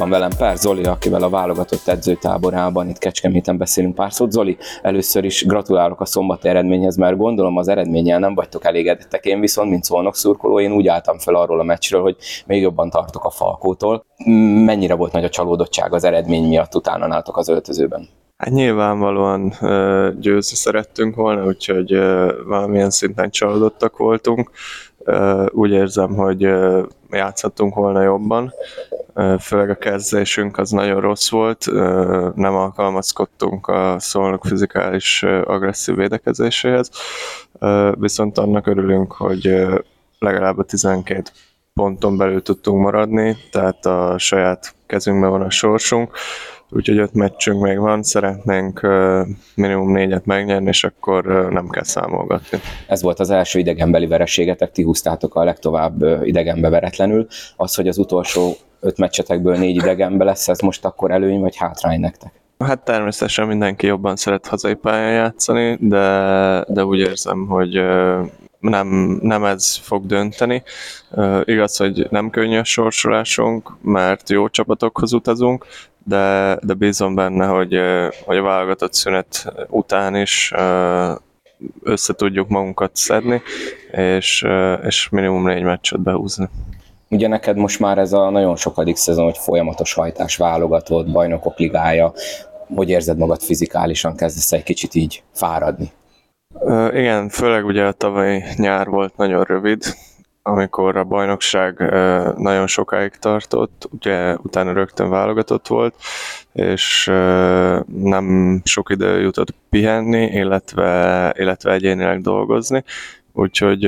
van velem Pár Zoli, akivel a válogatott edzőtáborában itt Kecskeméten beszélünk pár szót. Zoli, először is gratulálok a szombati eredményhez, mert gondolom az eredménnyel nem vagytok elégedettek. Én viszont, mint Szolnok szurkoló, én úgy álltam fel arról a meccsről, hogy még jobban tartok a Falkótól. Mennyire volt nagy a csalódottság az eredmény miatt utána nálatok az öltözőben? Hát nyilvánvalóan győzni szerettünk volna, úgyhogy valamilyen szinten csalódottak voltunk. Úgy érzem, hogy játszhattunk volna jobban, főleg a kezdésünk az nagyon rossz volt, nem alkalmazkodtunk a Szolnok fizikális agresszív védekezéséhez, viszont annak örülünk, hogy legalább a 12 ponton belül tudtunk maradni, tehát a saját kezünkben van a sorsunk, úgyhogy 5 meccsünk még van, szeretnénk minimum 4-et megnyerni, és akkor nem kell számolgatni. Ez volt az első idegenbeli vereségetek, ti húztátok a legtovább idegenbe veretlenül. Az, hogy az utolsó 5 meccsetekből 4 idegenbe lesz, ez most akkor előny vagy hátrány nektek? Hát természetesen mindenki jobban szeret hazai pályán játszani, de úgy érzem, hogy nem ez fog dönteni. Igaz, hogy nem könnyű a sorsolásunk, mert jó csapatokhoz utazunk, de bízom benne, hogy a válogatott szünet után is össze tudjuk magunkat szedni, és minimum 4 meccset behúzni. Ugye neked most már ez a nagyon sokadik szezon, hogy folyamatos hajtás, válogatott, bajnokok ligája, hogy érzed magad fizikálisan, kezdesz egy kicsit így fáradni? Igen, főleg ugye a tavalyi nyár volt nagyon rövid, amikor a bajnokság nagyon sokáig tartott, ugye utána rögtön válogatott volt, és nem sok idő jutott pihenni, illetve egyénileg dolgozni, úgyhogy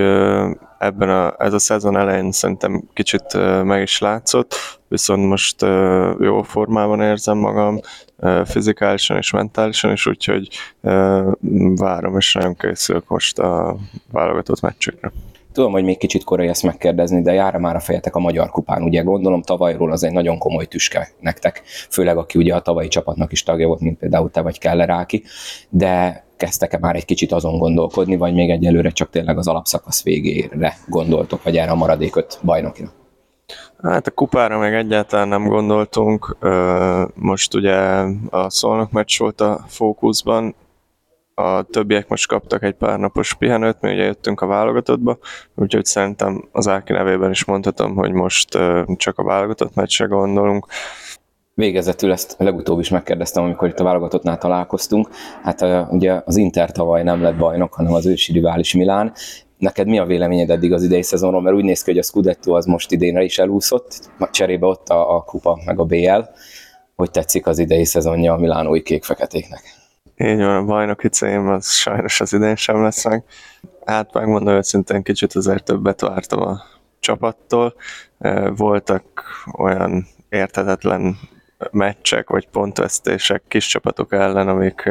ez a szezon elején szerintem kicsit meg is látszott, viszont most jó formában érzem magam, fizikálisan és mentálisan is, úgyhogy várom és nagyon készülök most a válogatott meccsekre. Tudom, hogy még kicsit korai ezt megkérdezni, de jár már a fejetek a Magyar Kupán. Ugye gondolom tavalyról az egy nagyon komoly tüske nektek, főleg aki ugye a tavalyi csapatnak is tagja volt, mint például te vagy Keller Áki, de kezdtek-e már egy kicsit azon gondolkodni, vagy még egyelőre csak tényleg az alapszakasz végére gondoltok, vagy erre a maradék 5 bajnokira? Hát a kupára még egyáltalán nem gondoltunk. Most ugye a Szolnok meccs volt a fókuszban, a többiek most kaptak egy pár napos pihenőt, mi ugye jöttünk a válogatottba, úgyhogy szerintem az Áki nevében is mondhatom, hogy most csak a válogatott meccsre gondolunk. Végezetül ezt legutóbb is megkérdeztem, amikor itt a válogatottnál találkoztunk. Hát ugye az Inter tavaly nem lett bajnok, hanem az ősi rivális Milán. Neked mi a véleményed eddig az idei szezonról? Mert úgy néz ki, hogy a Scudetto az most idénre is elúszott, cserébe ott a kupa meg a BL. Hogy tetszik az idei szezonja a milánói kék-feketéknek? Így van, a bajnoki cím az sajnos az idén sem lesz meg. Hát megmondom őszintén, kicsit azért többet vártam a csapattól. Voltak olyan érthetetlen meccsek vagy pontvesztések kis csapatok ellen,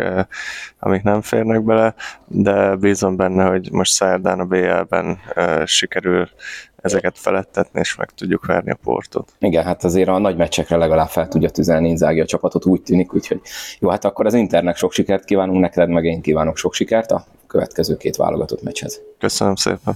amik nem férnek bele, de bízom benne, hogy most szerdán a BL-ben sikerül ezeket felettetni, és meg tudjuk verni a Portót. Igen, hát azért a nagy meccsekre legalább fel tudja tüzelni Inzaghi a csapatot, úgy tűnik, úgyhogy jó, hát akkor az Internek sok sikert kívánunk, neked meg én kívánok sok sikert a következő 2 válogatott meccshez. Köszönöm szépen!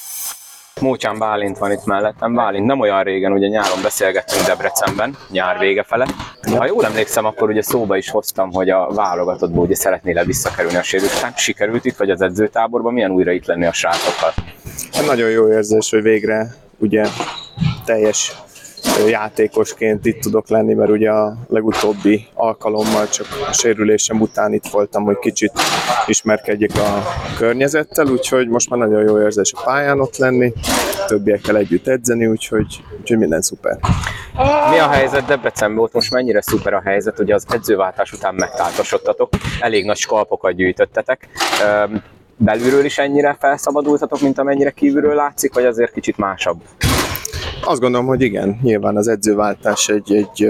Mócsán Bálint van itt mellettem. Bálint, nem olyan régen, ugye nyáron beszélgettünk Debrecenben, nyár vége felett. Ha jól emlékszem, akkor ugye szóba is hoztam, hogy a válogatottból ugye szeretnél visszakerülni a sérülés után. Sikerült itt, vagy az edzőtáborban? Milyen újra itt lenni a srácokkal? Nagyon jó érzés, hogy végre ugye teljes játékosként itt tudok lenni, mert ugye a legutóbbi alkalommal csak a sérülésem után itt voltam, hogy kicsit ismerkedjek a környezettel, úgyhogy most már nagyon jó érzés a pályán ott lenni, többiekkel együtt edzeni, úgyhogy minden szuper. Mi a helyzet Debrecenben? Ott most mennyire szuper a helyzet? Ugye az edzőváltás után megtáltosodtatok, elég nagy skalpokat gyűjtöttetek. Belülről is ennyire felszabadultatok, mint amennyire kívülről látszik, vagy azért kicsit másabb? Azt gondolom, hogy igen, nyilván az edzőváltás egy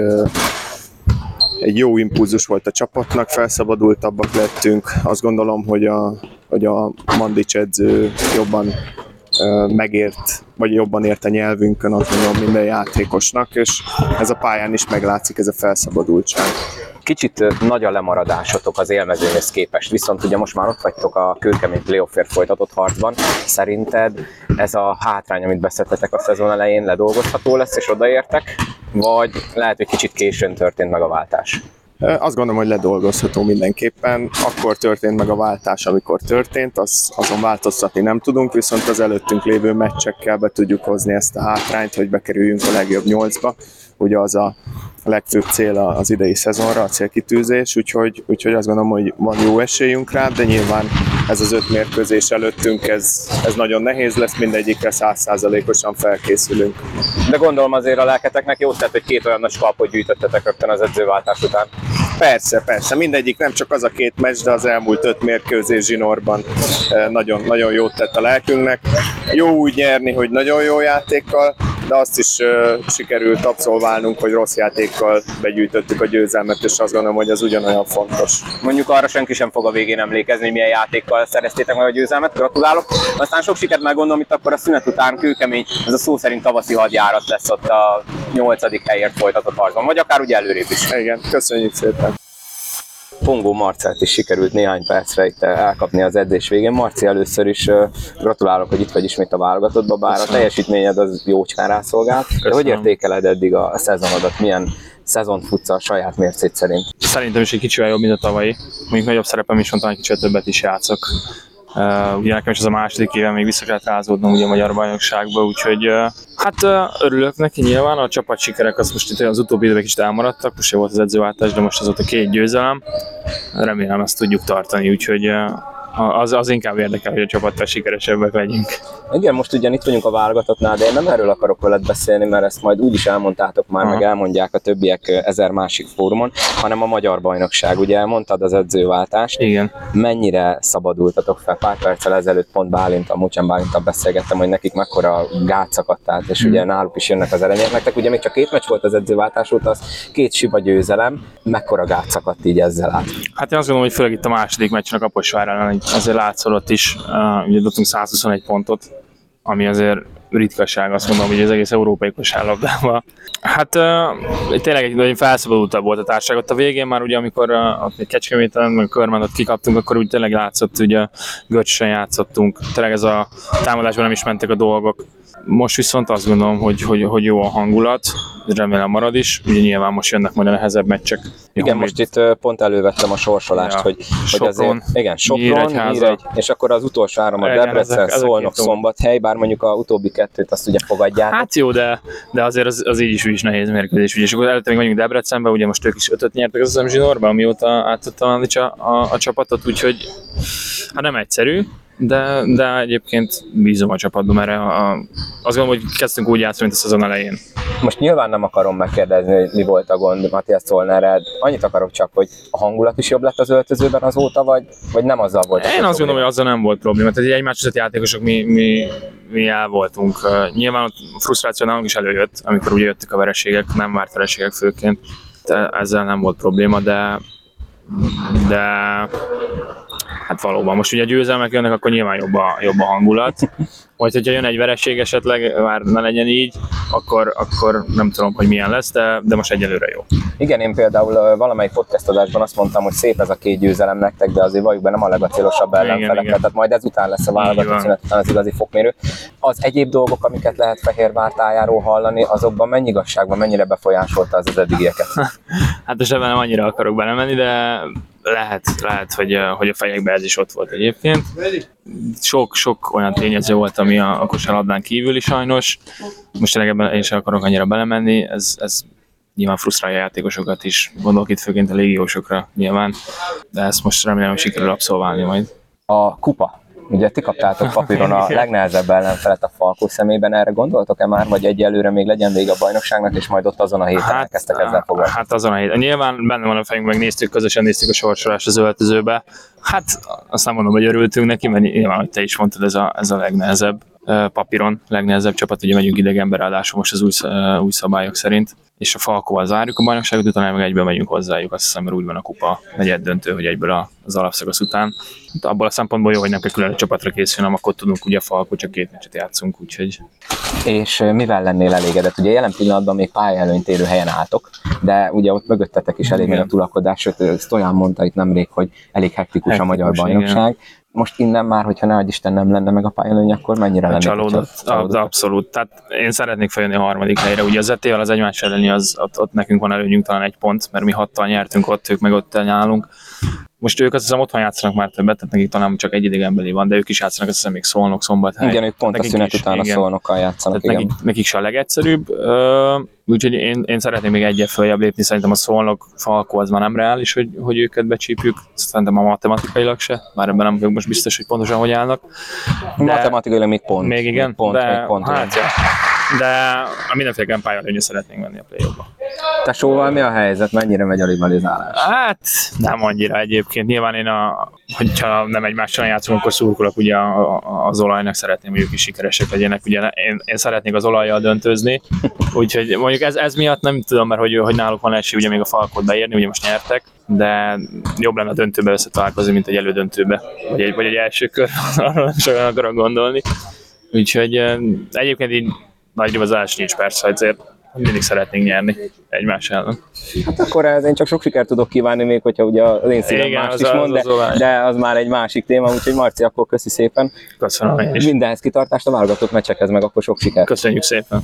jó impulzus volt a csapatnak, felszabadultabbak lettünk. Azt gondolom, hogy a Mandics edző jobban megért, vagy jobban ért a nyelvünkön, azt gondolom minden játékosnak, és ez a pályán is meglátszik, ez a felszabadultság. kicsit nagy a lemaradásotok az élmezőhöz képest, viszont ugye most már ott vagytok a kőkemény playoffért folytatott harcban. Szerinted ez a hátrány, amit beszéltetek a szezon elején, ledolgozható lesz és odaértek, vagy lehet, hogy kicsit későn történt meg a váltás? Azt gondolom, hogy ledolgozható mindenképpen. Akkor történt meg a váltás, amikor történt, azon változtatni nem tudunk, viszont az előttünk lévő meccsekkel be tudjuk hozni ezt a hátrányt, hogy bekerüljünk a legjobb 8-ba. Ugye az a legfőbb cél az idei szezonra, a célkitűzés, úgyhogy azt gondolom, hogy van jó esélyünk rá, de nyilván ez az 5 mérkőzés előttünk, ez nagyon nehéz lesz, mindegyikre 100%-osan felkészülünk. De gondolom azért a lelketeknek jót tett, hogy 2 olyan nagy kalpot gyűjtöttetek rögtön az edzőváltás után. Persze, mindegyik nem csak az a 2 meccs, de az elmúlt 5 mérkőzés zsinórban nagyon, nagyon jót tett a lelkünknek. Jó úgy nyerni, hogy nagyon jó játékkal, de azt is sikerült abszolválnunk, hogy rossz játékkal begyűjtöttük a győzelmet, és azt gondolom, hogy ez ugyanolyan fontos. Mondjuk arra senki sem fog a végén emlékezni, hogy milyen játékkal szereztétek meg a győzelmet, gratulálok. Aztán sok sikert már gondolom, itt akkor a szünet után kőkemény, ez a szó szerint tavaszi hadjárat lesz ott a 8. helyért folytatott harcban, vagy akár ugye előrébb is. Igen, köszönjük szépen! Pongó Marcelt is sikerült néhány percre itt elkapni az edzés végén. Marci, először is gratulálok, hogy itt vagy ismét a válogatottba, bár a teljesítményed az jócskán rászolgált. De hogy értékeled eddig a szezonodat? Milyen szezont futsz a saját mércéd szerint? Szerintem is egy kicsivel jobb, mint a tavalyi. Mondjuk nagyobb szerepem is van, talán kicsit többet is játszok. Ugye nekem is ez a második éve még vissza kellett rázódnom ugye a magyar bajnokságba, úgyhogy hát örülök neki nyilván, a csapat sikerek az most itt az utóbbi időben kicsit elmaradtak, most volt az edzőváltás, de most azóta 2 győzelem, remélem ezt tudjuk tartani, úgyhogy az inkább érdekel, hogy a csapattal sikeresebbek legyünk. Igen, most ugyan itt vagyunk a válogatottnál, de én nem erről akarok veled beszélni, mert ezt majd úgy is elmondtátok már, meg elmondják a többiek 1000 másik fórumon, hanem a magyar bajnokság. Ugye mondtad az edzőváltást. Igen. Mennyire szabadultatok fel? Pár perccel ezelőtt pont Múcsán Bálintal beszélgettem, hogy nekik mekkora gát szakadt át, és ugye náluk is jönnek az eredmények. Nektek ugye még csak 2 meccs volt az edzőváltás óta, az 2 sima győzelem. Mekkora gát szakadt így ezzel át? Hát én azt gondolom, hogy főleg itt a második meccsen a Kaposvár ellen azért látszott is, ugye dobtunk 121 pontot, ami azért ritkaság, azt mondom, hogy az egész európai kosárlabdában. Hát tényleg egy nagyon felszabadultabb volt a társaság. Ott a végén már ugye, amikor a Kecskeméten, meg a Körmendot kikaptunk, akkor úgy tényleg látszott, ugye Göcsen játszottunk, tényleg ez a támadásban nem is mentek a dolgok. Most viszont azt gondolom, hogy jó a hangulat, remélem marad is, ugye nyilván most jönnek majd a nehezebb meccsek. Igen, most itt pont elővettem a sorsolást, hogy Sopron, azért, igen, Sopron, Nyíregyháza, és akkor az utolsó 3 a Debrecen, Szolnok, Szombathely, bár mondjuk a utóbbi 2-t azt ugye fogadják. Hát jó, de azért az így is nehéz mérkőzés. Ugye, és akkor előtte még vagyunk Debrecenben, ugye most ők is 5-öt nyertek az zsinórban, amióta átadta a csapatot, úgyhogy hát nem egyszerű. De egyébként bízom a csapatban, mert azt gondolom, hogy kezdtünk úgy játszani, mint a szezon elején. Most nyilván nem akarom megkérdezni, hogy mi volt a gond Matthias Zollnerrel. Annyit akarok csak, hogy a hangulat is jobb lett az öltözőben azóta, vagy nem azzal volt? Én azt gondolom, hogy azzal nem volt probléma. Tehát egymás között játékosok mi el voltunk. Nyilván a frusztráció nálunk is előjött, amikor ugye jöttek a vereségek, nem várt vereségek főként. De ezzel nem volt probléma, de hát valóban, most ugye a győzelmek jönnek, akkor nyilván jobb a hangulat. Vagy hogyha jön egy vereség esetleg, már ne legyen így, akkor nem tudom, hogy milyen lesz, de most egyelőre jó. Igen, én például valamelyik podcast adásban azt mondtam, hogy szép ez a 2 győzelem nektek, de azért valljuk be, nem a legacélosabb ellenfelekkel, tehát majd ezután lesz a válogatott szünet után az igazi fokmérő. Az egyéb dolgok, amiket lehet Fehérvár tájáról hallani, azokban mennyi igazság van, mennyire befolyásolta az eddigieket? Hát most ebben nem annyira akarok belemenni, de lehet, hogy a fejekben ez is ott volt egyébként. Sok olyan tényező volt, ami a kosárlabdán kívüli sajnos. Most tényleg ebben én sem akarok annyira belemenni, ez nyilván frusztrálja a játékosokat is, gondolok itt főként a légiósokra nyilván, de ezt most remélem, hogy sikerül abszolválni majd. A kupa. Ugye ti kaptátok papíron a legnehezebb ellenfelet a Falkó szemében, erre gondoltok-e már, vagy egyelőre még legyen vége a bajnokságnak, és majd ott azon a héten elkezdtek ezzel foglalkozni? Hát azon a héten. Nyilván benne van a fejünk, megnéztük, közösen néztük a sorsolást az öltözőbe. Hát azt nem mondom, hogy örültünk neki, mert nyilván, hogy te is mondtad, ez a legnehezebb. papíron legnehezebb csapat, ugye megyünk idegenbe, ráadásul most az új szabályok szerint, és a Falkóval zárjuk a bajnokságot, utána meg egyben megyünk hozzájuk, azt hiszem, mert úgy van a kupa negyed döntő, hogy egyből az alapszakasz után. Abból a szempontból jó, hogy nem kell külön a csapatra készülni, akkor tudunk, ugye a Falkó csak 2 meccset játszunk, úgyhogy... És mivel lennél elégedett? Ugye jelen pillanatban még pályaelőnyt érő helyen álltok, de ugye ott mögöttetek is elég nagy a tulakodás, sőt, Stojan mondta itt nemrég, hogy elég hektikus a magyar bajnokság. Igen. Most innen már, hogyha ne adj Isten nem lenne meg a pályalőny, akkor mennyire lenne? Csalódott, abszolút. Tehát én szeretnék feljönni a 3. helyre. Ugye az ET-vel az egymás elleni, ott nekünk van előnyünk talán 1 pont, mert mi 6-tal nyertünk ott, ők meg ott nyálunk. Most ők azt hiszem otthon játszanak már többet, tehát nekik talán csak egy idegenbeli van, de ők is játszanak, azt hiszem még Szolnok, Szombathely. Igen, ők pont a szünet után a Szolnokkal játszanak. Tehát nekik is a legegyszerűbb, úgyhogy én szeretnék még egyet följebb lépni, szerintem a Szolnok, Falkó az már nem reális, hogy őket becsípjük, szerintem a matematikailag se, már ebben nem vagyok most biztos, hogy pontosan hogy állnak. De matematikailag még pont. Még igen, még pont. Hát, ja. De mindenféleképpen pályalőnyre szeretnénk menni a play-offba. Tesóval mi a helyzet? Mennyire megy a rivalizálás? Hát nem annyira egyébként. Nyilván én, hogyha nem egymással játszunk, akkor szurkolok ugye az olajnak, szeretném, hogy ők is sikeresek legyenek. Ugye én szeretnék az olajjal döntőzni, úgyhogy mondjuk ez miatt nem tudom, mert hogy náluk van esély ugye még a Falkot beérni, ugye most nyertek, de jobb lenne a döntőbe összetalálkozni, mint egy elődöntőbe, vagy egy első kör, arra nem sokan akarok gondolni. Úgyhogy egyébként így nagy rivalizálás nincs persze, ezért mindig szeretnénk nyerni egymás ellen. Hát akkor én csak sok sikert tudok kívánni még, hogyha ugye az én szívem mást is mond, de az már egy másik téma, úgyhogy Marci, akkor köszi szépen. Köszönöm én is. Mindenhez kitartást, a válogatott meccsekhez meg akkor sok sikert. Köszönjük szépen.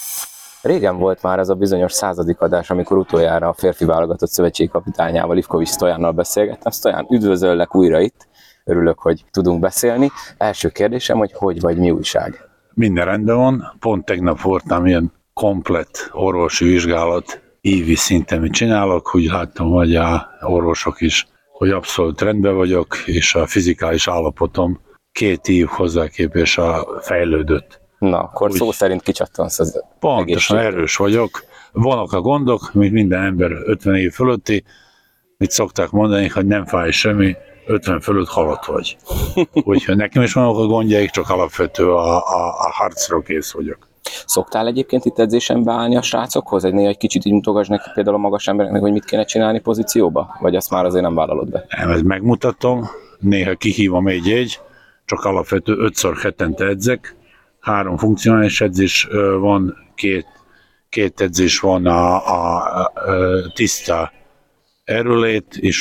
Régen volt már ez a bizonyos 100. adás, amikor utoljára a férfi válogatott szövetségkapitányával, Ivkovics Stojannal beszélgettem. Stojan, üdvözöllek újra itt, örülök, hogy tudunk beszélni. Első kérdésem, hogy vagy, mi újság? Minden rendben van, pont tegnap voltam ilyen komplett orvosi vizsgálat, évi szinten mit csinálok, úgy láttam, hogy a orvosok is, hogy abszolút rendben vagyok, és a fizikális állapotom 2 év hozzáképéssel fejlődött. Na, akkor úgy, szó szerint kicsattansz az pontosan erős vagyok. Vannak a gondok, mint minden ember 50 év fölötti, mit szokták mondani, hogy nem fáj semmi, 50 fölött halott vagy. Úgyhogy nekem is vannak a gondjaik, csak alapvető a harcra kész vagyok. Szoktál egyébként itt edzésen beállni a srácokhoz? Néha egy kicsit így mutogass neki például a magas embereknek, hogy mit kéne csinálni pozícióba? Vagy ezt már azért nem vállalod be? Nem, ezt megmutatom. Néha kihívom egy, csak alapvető 5-szor hetente edzek. 3 funkcionális edzés van, 2 edzés van a tiszta erőlét, és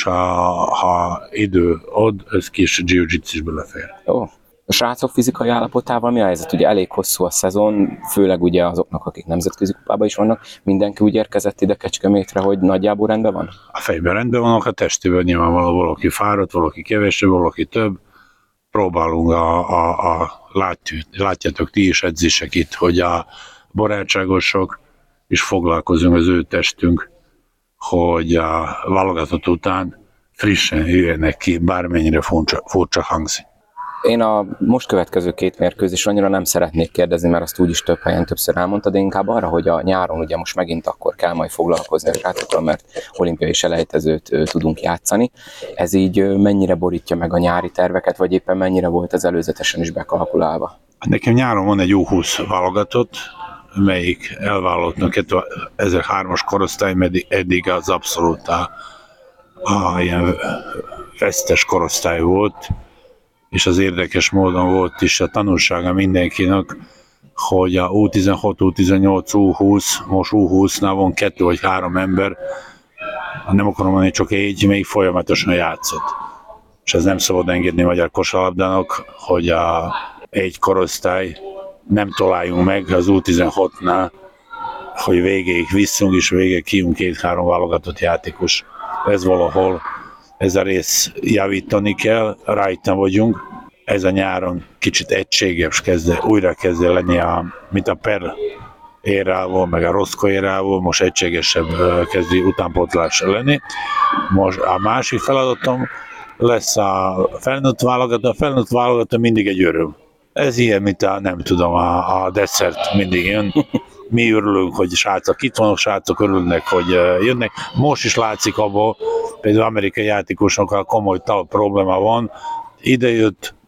ha idő ad, ez kis jiu-jitsu is belefér. Jó. A srácok fizikai állapotával mi a helyzet? Ugye elég hosszú a szezon, főleg ugye azoknak, akik nemzetközi kupában is vannak. Mindenki úgy érkezett ide Kecskemétre, hogy nagyjából rendben van? A fejben rendben vannak, a testében nyilvánvalóan valaki fáradt, valaki kevesebb, valaki több. Próbálunk látjátok ti is edzések itt, hogy a barátságosok is foglalkozunk az ő testünk, hogy a válogatott után frissen jöjjenek ki, bármennyire furcsa hangzik. Én a most következő 2 mérkőzésre annyira nem szeretnék kérdezni, mert azt úgyis több helyen többször elmondtad, de inkább arra, hogy a nyáron ugye most megint akkor kell majd foglalkozni a srácokkal, mert olimpiai selejtezőt tudunk játszani. Ez így mennyire borítja meg a nyári terveket, vagy éppen mennyire volt ez előzetesen is bekalkulálva? Nekem nyáron van egy U20 válogatott, melyik elvállalottnak 2003-as korosztály, mert eddig az abszolút ilyen vesztes korosztály volt, és az érdekes módon volt is a tanulsága mindenkinek, hogy a U16, U18, U20, most U20-nál van 2 vagy 3 ember, nem akarom mondani, csak egy, még folyamatosan játszott. És ez nem szabad engedni a magyar kosárlabdának, hogy egy korosztály nem találjunk meg az U16-nál, hogy végéig visszünk, és végéig kijunk 2-3 válogatott játékos. Ez valahol, ez a rész javítani kell, rajta vagyunk. Ez a nyáron kicsit egységes újra kezd lenni, mint a Per érával, meg a Roszko érával, most egységesebb kezdi utánpótlás lenni. Most a másik feladatom lesz a felnőtt válogató mindig egy öröm. Ez ilyen, mint a desszert mindig jön. Mi örülünk, hogy srácok itt vannak, srácok örülnek, hogy jönnek. Most is látszik abból, például amerikai játékosokkal komoly probléma van. Ide jött,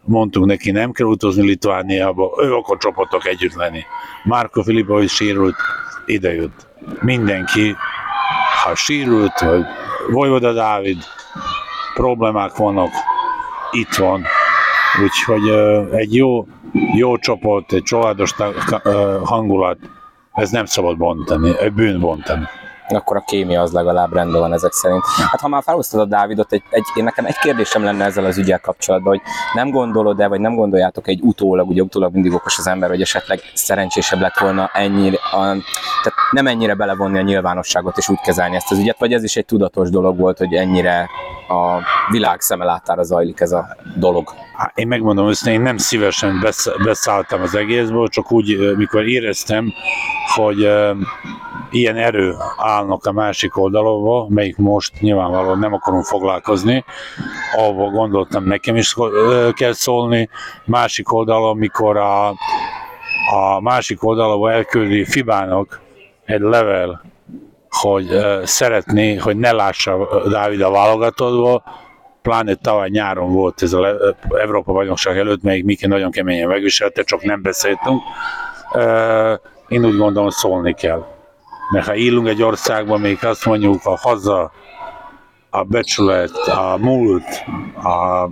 mondtuk neki, nem kell utazni Litvániába, ő akar csapatok együtt lenni. Marko Filipovics sérült, idejött. Mindenki, ha sérült, vagy Vojvoda Dávid, problémák vannak, itt van. Úgyhogy egy jó csapat, egy családos hangulat, ez nem szabad bontani, egy bűn bontani. Akkor a kémia az legalább rendben van ezek szerint. Hát ha már felhoztad a Dávidot, nekem egy kérdésem lenne ezzel az ügyel kapcsolatban, hogy nem gondolod-e, vagy nem gondoljátok ugye utólag mindig okos az ember, hogy esetleg szerencsésebb lett volna tehát nem ennyire belevonni a nyilvánosságot és úgy kezelni ezt az ügyet, vagy ez is egy tudatos dolog volt, hogy ennyire a világ szeme láttára zajlik ez a dolog? Én megmondom őszintén, én nem szívesen beszálltam az egészből, csak úgy, mikor éreztem, hogy ilyen erő állnak a másik oldalon, melyik most nyilvánvalóan nem akarunk foglalkozni, ahol gondoltam, nekem is kell szólni, másik oldalon, mikor a másik oldalon elküldi FIBA-nak egy level, hogy szeretné, hogy ne lássa Dávid a válogatottba, pláne tavaly nyáron volt ez az Európa-bajnokság előtt, melyik Miki nagyon keményen megviselte, csak nem beszéltünk. Én úgy gondolom, hogy szólni kell. Mert ha élünk egy országban, még azt mondjuk a haza, a becsület, a múlt, a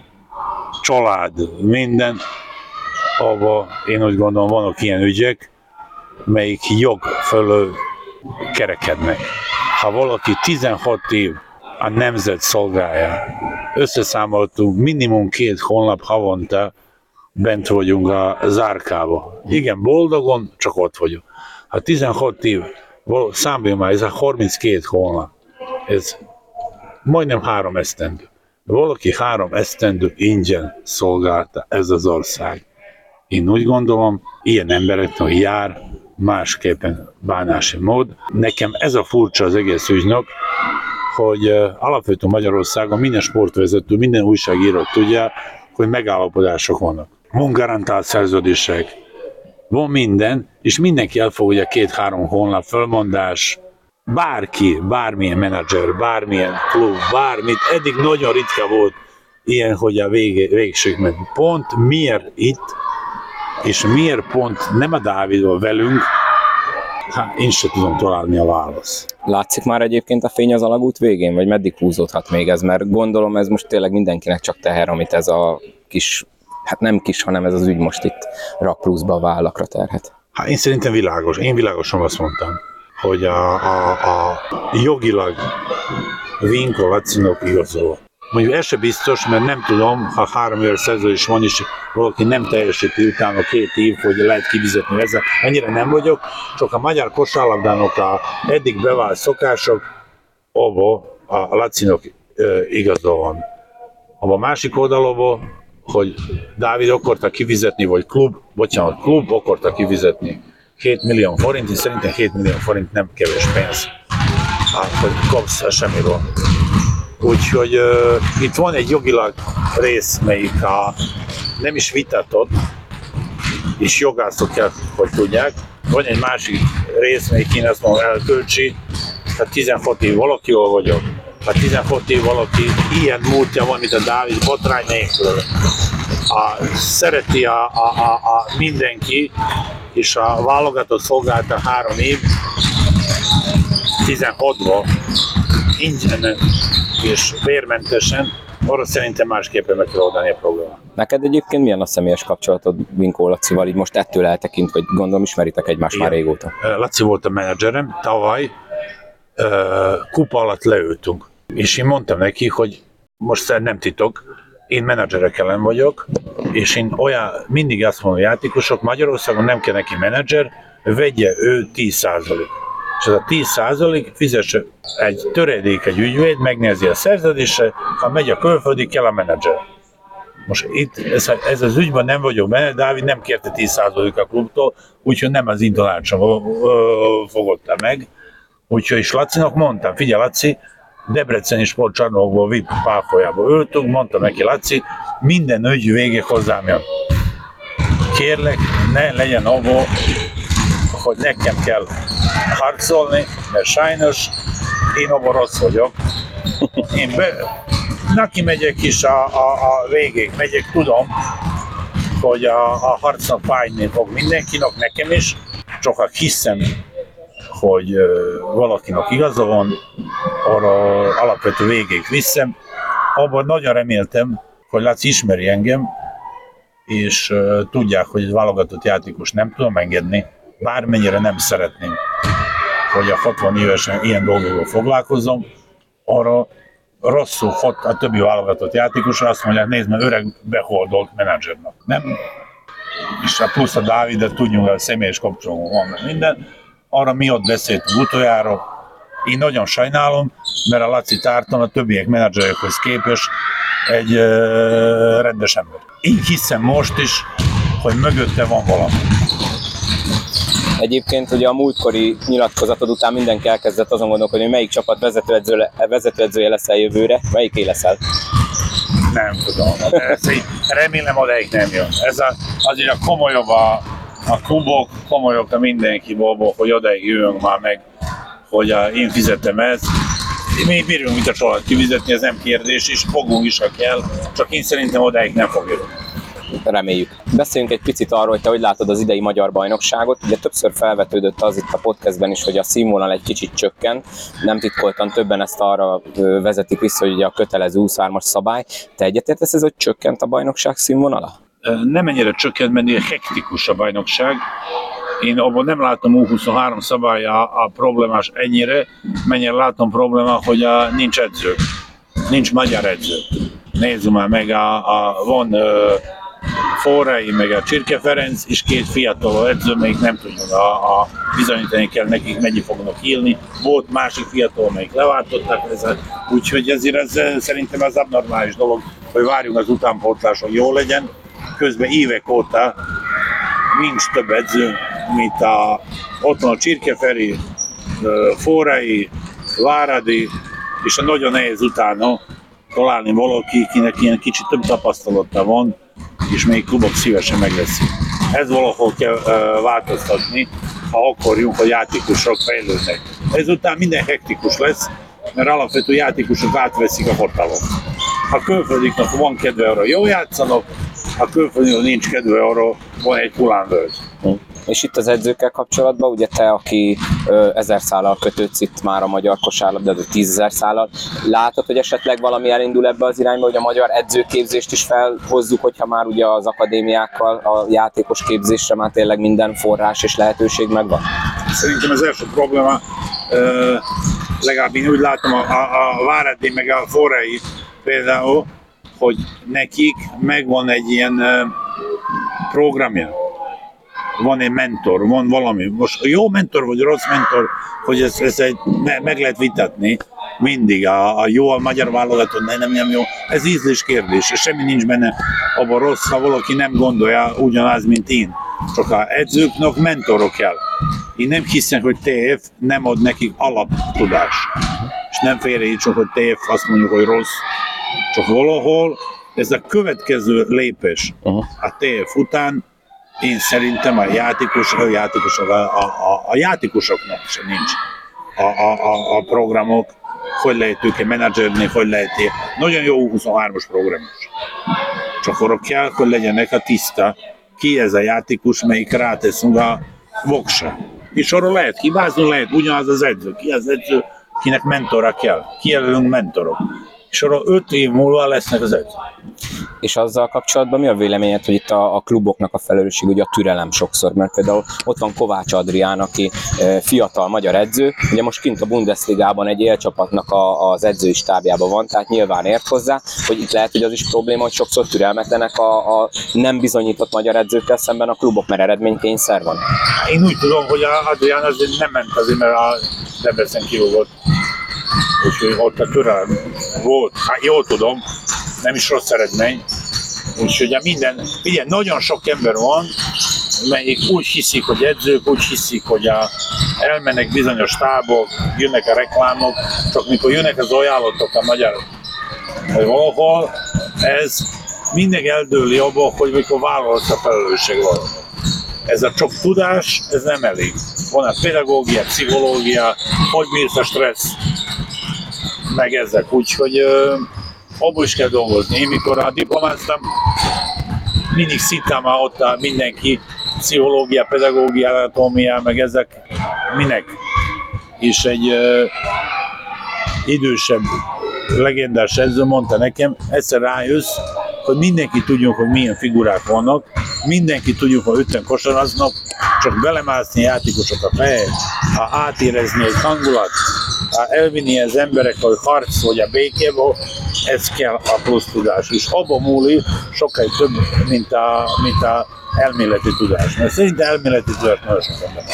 család, minden, abban én úgy gondolom, vannak ilyen ügyek, melyik jog fölül kerekednek. Ha valaki 16 év a nemzet szolgálja, összeszámoltunk, minimum 2 hónap havonta bent vagyunk a zárkába. Igen, boldogon, csak ott vagyunk. Ha 16 év, számolj már, ez a 32 hónap, ez majdnem 3 esztendő. Valaki 3 esztendő ingyen szolgálta ez az ország. Én úgy gondolom, ilyen embereknek jár másképpen bánási mód. Nekem ez a furcsa az egész ügynek, hogy alapvetően Magyarországon minden sportvezető, minden újságíró tudja, hogy megállapodások vannak. Van garantált szerződések, van minden, és mindenki elfogadja 2-3 hónap fölmondás, bárki, bármilyen menedzser, bármilyen klub, bármit, eddig nagyon ritka volt ilyen, hogy a végség ment. Pont miért itt, és miért pont nem a Dávidval velünk, én sem tudom találni a választ. Látszik már egyébként a fény az alagút végén, vagy meddig húzódhat még ez? Mert gondolom ez most tényleg mindenkinek csak teher, amit ez a kis, hát nem kis, hanem ez az ügy most itt rak pluszba a vállakra terhet. Én szerintem világos. Én világosan azt mondtam, hogy a jogilag Vinko Lacinak igazol. Mondjuk ez se biztos, mert nem tudom, ha 3 éves szerződés van, és valaki nem teljesíti utána 2 év, hogy lehet kifizetni ezzel. Ennyire nem vagyok, csak a magyar kosárlabdának a eddig bevált szokások, abba a Lacinak igazol van. A másik oldalon, hogy Dávid akarta kifizetni, vagy klub akarta kifizetni 7 millió forint, és szerintem 7 millió forint nem kevés pénz, hogy kapsz semmiről. Úgyhogy itt van egy jogilag rész, melyik nem is vitatott, és jogászok kell, hogy tudják. Van egy másik rész, melyik én azt mondom elkölcsi, tehát 16 év valakivel vagyok. Ha 16 év valaki ilyen múltja van, mint a Dávid, botrány nélkül. Szereti mindenki, és a válogatott szolgálta 3 év, 16-ban ingyen és bérmentesen, arra szerintem másképpen meg kell oldani a problémát. Neked egyébként milyen a személyes kapcsolatod Vinko Lacival, így most ettől eltekint, vagy gondolom ismeritek egymást már régóta? Laci volt a menedzserem, tavaly kupa alatt leültünk. És én mondtam neki, hogy most nem titok, én menedzserek ellen vagyok, és én mindig azt mondom, játékosok, Magyarországon nem kell neki menedzser, vegye ő 10%. És ez a 10% fizesse egy töredék, egy ügyvéd, megnézi a szerződésre, ha megy a külföldi, kell a menedzser. Most itt ez az ügyben nem vagyok benne, Dávid nem kérte 10% a klubtól, úgyhogy nem az intonácsom fogadta meg. Úgyhogy is Lacinak mondtam, figyelj Laci, Debreceni sportcsarnokból VIP pálfolyába ültünk, mondtam neki Laci, minden ügy végig hozzám jön. Kérlek, ne legyen abból, hogy nekem kell harcolni, mert sajnos én abban rossz vagyok. neki megyek is a végéig megyek, tudom, hogy a harcnak fájni fog mindenkinek, nekem is, csak hiszem, hogy valakinek igaza van, arra alapvető végéig viszem. Abban nagyon reméltem, hogy Laci ismeri engem, és tudják, hogy egy válogatott játékos nem tudom engedni, bármennyire nem szeretném, hogy a 60 évesen ilyen dolgokkal foglalkozom, arra rosszul fog a többi válogatott játékosra, azt mondják, nézd meg, öreg beholdolt menedzsernek. Nem? És a plusz a Dávidet tudjunk, hogy személyes kapcsolatban van minden. Arra mi ott beszéltünk utoljára. Én nagyon sajnálom, mert a Laci Tárton a többiek menedzserekhez képest egy rendes ember. Én hiszem most is, hogy mögötte van valami. Egyébként ugye a múltkori nyilatkozatod után mindenki elkezdett azon gondolkodni, hogy melyik csapat vezetőedzője leszel jövőre, melyiké leszel? Nem tudom, remélem odaig nem jön. Ez azért a komolyabb a klubok, komolyabb a mindenki babok, hogy odaig jövünk már meg, hogy én fizetem ezt. Mi bírjunk mit a család kifizetni, ez nem kérdés, és fogunk is, ha kell, csak én szerintem odaig nem fog jönni. Reméljük. Beszéljünk egy picit arról, hogy te hogy látod az idei magyar bajnokságot. Ugye többször felvetődött az itt a podcastben is, hogy a színvonal egy kicsit csökkent. Nem titkoltan többen ezt arra vezetik vissza, hogy ugye a kötelező 23-as szabály. Te egyetértesz ez, hogy csökkent a bajnokság színvonala? Nem ennyire csökkent, mert ilyen hektikus a bajnokság. Én abban nem látom U23 szabálya a problémás ennyire, mennyire látom probléma, hogy nincs edző. Nincs magyar edző. Nézzük már meg, van Forrai, meg a Csirke Ferenc, és két fiatal edző, még nem tudjuk bizonyítani kell nekik, mennyi fognak írni. Volt másik fiatal, melyik leváltották, úgyhogy ezért ez szerintem az abnormális dolog, hogy várjunk az utánpótlás, hogy jó legyen. Közben évek óta nincs több edző, mint ott van a Csirkeferi, Forrai, Váradi, és nagyon nehéz utána találni valaki, kinek ilyen kicsit több tapasztalata van, és még klubok szívesen megveszik. Ez valahol kell változtatni, ha akarjuk, hogy játékosok fejlődnek. Ezután minden hektikus lesz, mert alapvető játékosok átveszik a hatalmat. A külföldiknek van kedve arra, jól játszanak, a külföldiknek nincs kedve arra, van egy hullámvölgy. És itt az edzőkkel kapcsolatban, ugye te, aki 1000 szállal kötődsz itt már a magyar kosárlabdában, 10 000 szállal, látod, hogy esetleg valami elindul ebbe az irányba, hogy a magyar edzőképzést is felhozzuk, hogyha már ugye az akadémiákkal a játékos képzésre már tényleg minden forrás és lehetőség megvan? Szerintem az első probléma, legalább én úgy látom a Váradi meg a Forrai például, hogy nekik megvan egy ilyen programja. Van egy mentor, van valami. Most jó mentor vagy rossz mentor, hogy ez meg lehet vitatni mindig. A jó a magyar válogatott, nem jó. Ez ízlés kérdés, és semmi nincs benne abban rossz, ha valaki nem gondolja ugyanaz, mint én. Csak az edzőknek mentorok kell. Én nem hiszem, hogy TF nem ad nekik alaptudás. És nem félreértsük, hogy TF azt mondjuk, hogy rossz. Csak valahol ez a következő lépés a TF után. Én szerintem a játékosoknak sem nincs a programok, hogy lehet őket menedzserni, hogy lehet. Nagyon jó 23-as programos. Csak arra kell, hogy legyenek a tiszta, ki ez a játékos, melyik ráteszünk a voksa. És arra lehet hibázni, lehet ugyanaz az edző. Ki az edző, kinek mentora kell. Kijelölünk mentorok. És arra 5 év múlva lesznek az edző. És azzal kapcsolatban mi a véleményed, hogy itt a kluboknak a felelősség, ugye a türelem sokszor, mert például ott van Kovács Adrián, aki fiatal magyar edző, ugye most kint a Bundesligában egy élcsapatnak az edzői stábjában van, tehát nyilván ért hozzá, hogy itt lehet, hogy az is probléma, hogy sokszor türelmetlenek a nem bizonyított magyar edzőkkel szemben a klubok, mert eredménykényszer van. Én úgy tudom, hogy Adrián azért nem ment azért, mert a Debrecen kirúgott. Úgyhogy ott a türelem volt, hát jól tudom, nem is rossz eredmény. Úgyhogy ugye nagyon sok ember van, melyik úgy hiszik, hogy edzők, úgy hiszik, hogy elmennek bizonyos tábok, jönnek a reklámok, csak mikor jönnek az ajánlatok a magyar valahol, ez mindig eldőli abba, hogy mikor vállalsz a felelősség valahol. Ez a csak tudás, ez nem elég. Van a pedagógia, pszichológia, hogy bírsz a stressz, meg ezek. Úgyhogy abból is kell dolgozni. Én mikor a diplomáztam, mindig szittem ott mindenki, pszichológia, pedagógia, anatómia, meg ezek minek. És egy idősebb, legendás edző mondta nekem, egyszer rájössz, hogy mindenki tudjuk, hogy milyen figurák vannak, mindenki tudjuk, hogy ötten kosaraznak, csak belemászni játékosok a feje, átérezni egy hangulat, elvinni az emberek, hogy harc vagy a békébe, ez kell a plusz tudás. És abban múlik sokkal több, mint a elméleti tudás. Mert szerintem elméleti tudás nagyon sokan benne.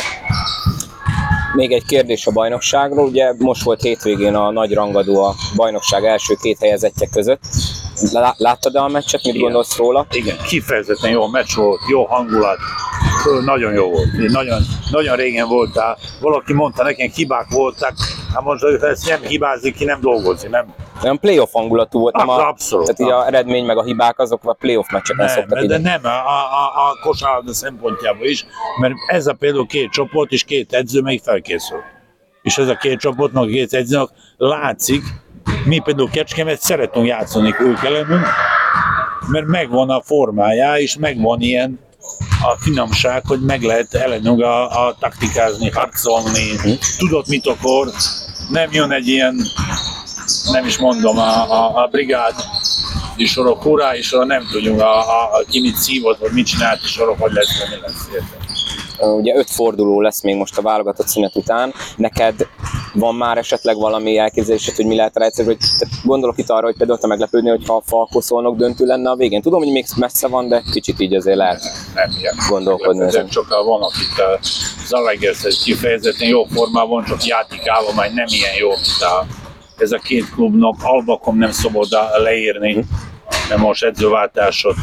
Még egy kérdés a bajnokságról, ugye most volt hétvégén a nagy rangadó a bajnokság első két helyezettje között. Láttad a meccset, mit gondolsz róla? Igen, kifejezetten jó meccs volt, jó hangulat, nagyon jó volt. Nagyon régen voltál, valaki mondta nekem, hibák voltak, hát most ezt nem hibázik ki, nem dolgozik, nem. Olyan playoff hangulatú volt, nem Abszolút. Tehát így a eredmény meg a hibák azok a playoff meccseken szoktak de nem, a kosárlabda szempontjából is, mert ez a például két csoport és két edző még felkészül. És ez a két csoportnak, két edzőnek látszik, mi például Kecskemet szeretünk játszani ők ellenünk, mert megvan a formája, és megvan ilyen a finomság, hogy meg lehet ellenünk a taktikázni, harcolni, tudod mit akar, nem jön egy ilyen, nem is mondom, a brigád, és sorok hurrá, és sorok nem tudjunk, ki mit szívott, vagy mit csinált, és sorok hogy lesz, mi lesz. Ugye 5 forduló lesz még most a válogatott szünet után. Neked van már esetleg valami elképzelésed, hogy mi lehet rá egyszerű? Gondolok itt arra, hogy például te meglepődni, hogyha a Falkó-Szolnok döntő lenne a végén. Tudom, hogy még messze van, de kicsit így azért lehet gondolkodni. Nem csak vannak itt a Zalaegerszeg kifejezetten jó formában, csak játékállomány nem ilyen jó, mint ez a két klubnak. Albakom nem szabad leírni, mert most edzőváltásra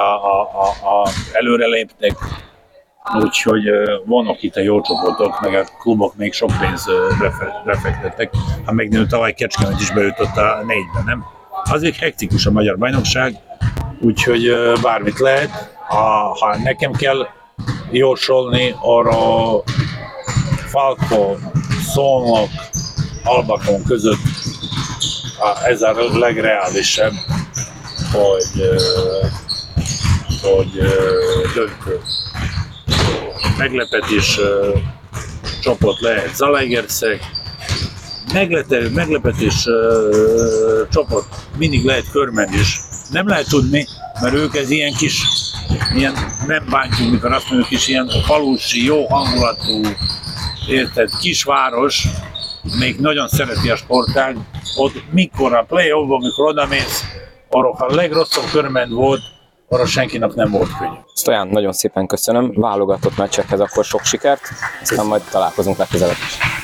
előre léptek. Úgyhogy vannak itt a jó csoportok, meg a klubok még sok pénzt befektettek. Hát megnéző tavaly Kecskemet is beütött a 4-ben, nem? Azért hektikus a magyar bajnokság, úgyhogy bármit lehet. Ha nekem kell jósolni, arra Falkó, Szolnok, Albakon között ez a legreálisabb, hogy döntő. Meglepetés csoport lehet Zalaegerszeg, meglepetés csoport mindig lehet Körmend is. Nem lehet tudni, mert ők ez ilyen kis, ilyen nem bántjuk, mikor azt mondjuk is ilyen falusi, jó hangulatú, érted, kisváros, még nagyon szereti a sportág. Ott mikor a play-offban, mikor odamész, arra a legrosszabb Körmend volt, arra senkinek nem volt könnyű. Stojan, nagyon szépen köszönöm, válogatott meccsekhez akkor sok sikert, aztán majd találkozunk legközelebb is.